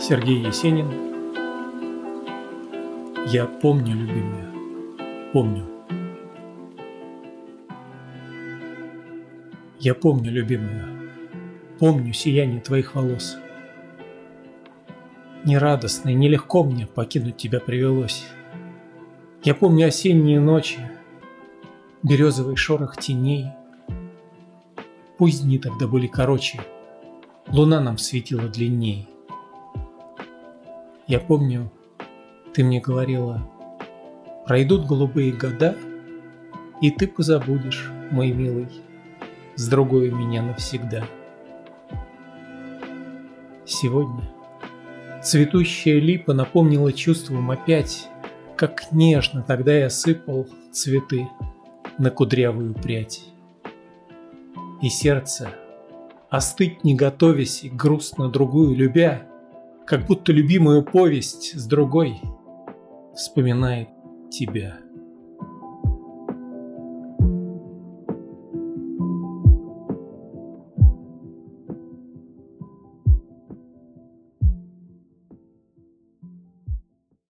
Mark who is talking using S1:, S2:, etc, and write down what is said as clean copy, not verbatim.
S1: Сергей Есенин. Я помню, любимая, помню. Я помню, любимая, помню сияние твоих волос. Нерадостно и нелегко мне покинуть тебя привелось. Я помню осенние ночи, березовый шорох теней. Пусть дни тогда были короче, луна нам светила длинней. Я помню, ты мне говорила, пройдут голубые года, и ты позабудешь, мой милый, с другой меня навсегда. Сегодня цветущая липа напомнила чувством опять, как нежно тогда я сыпал цветы на кудрявую прядь. И сердце, остыть не готовясь и грустно другую любя, как будто любимую повесть с другой вспоминает тебя.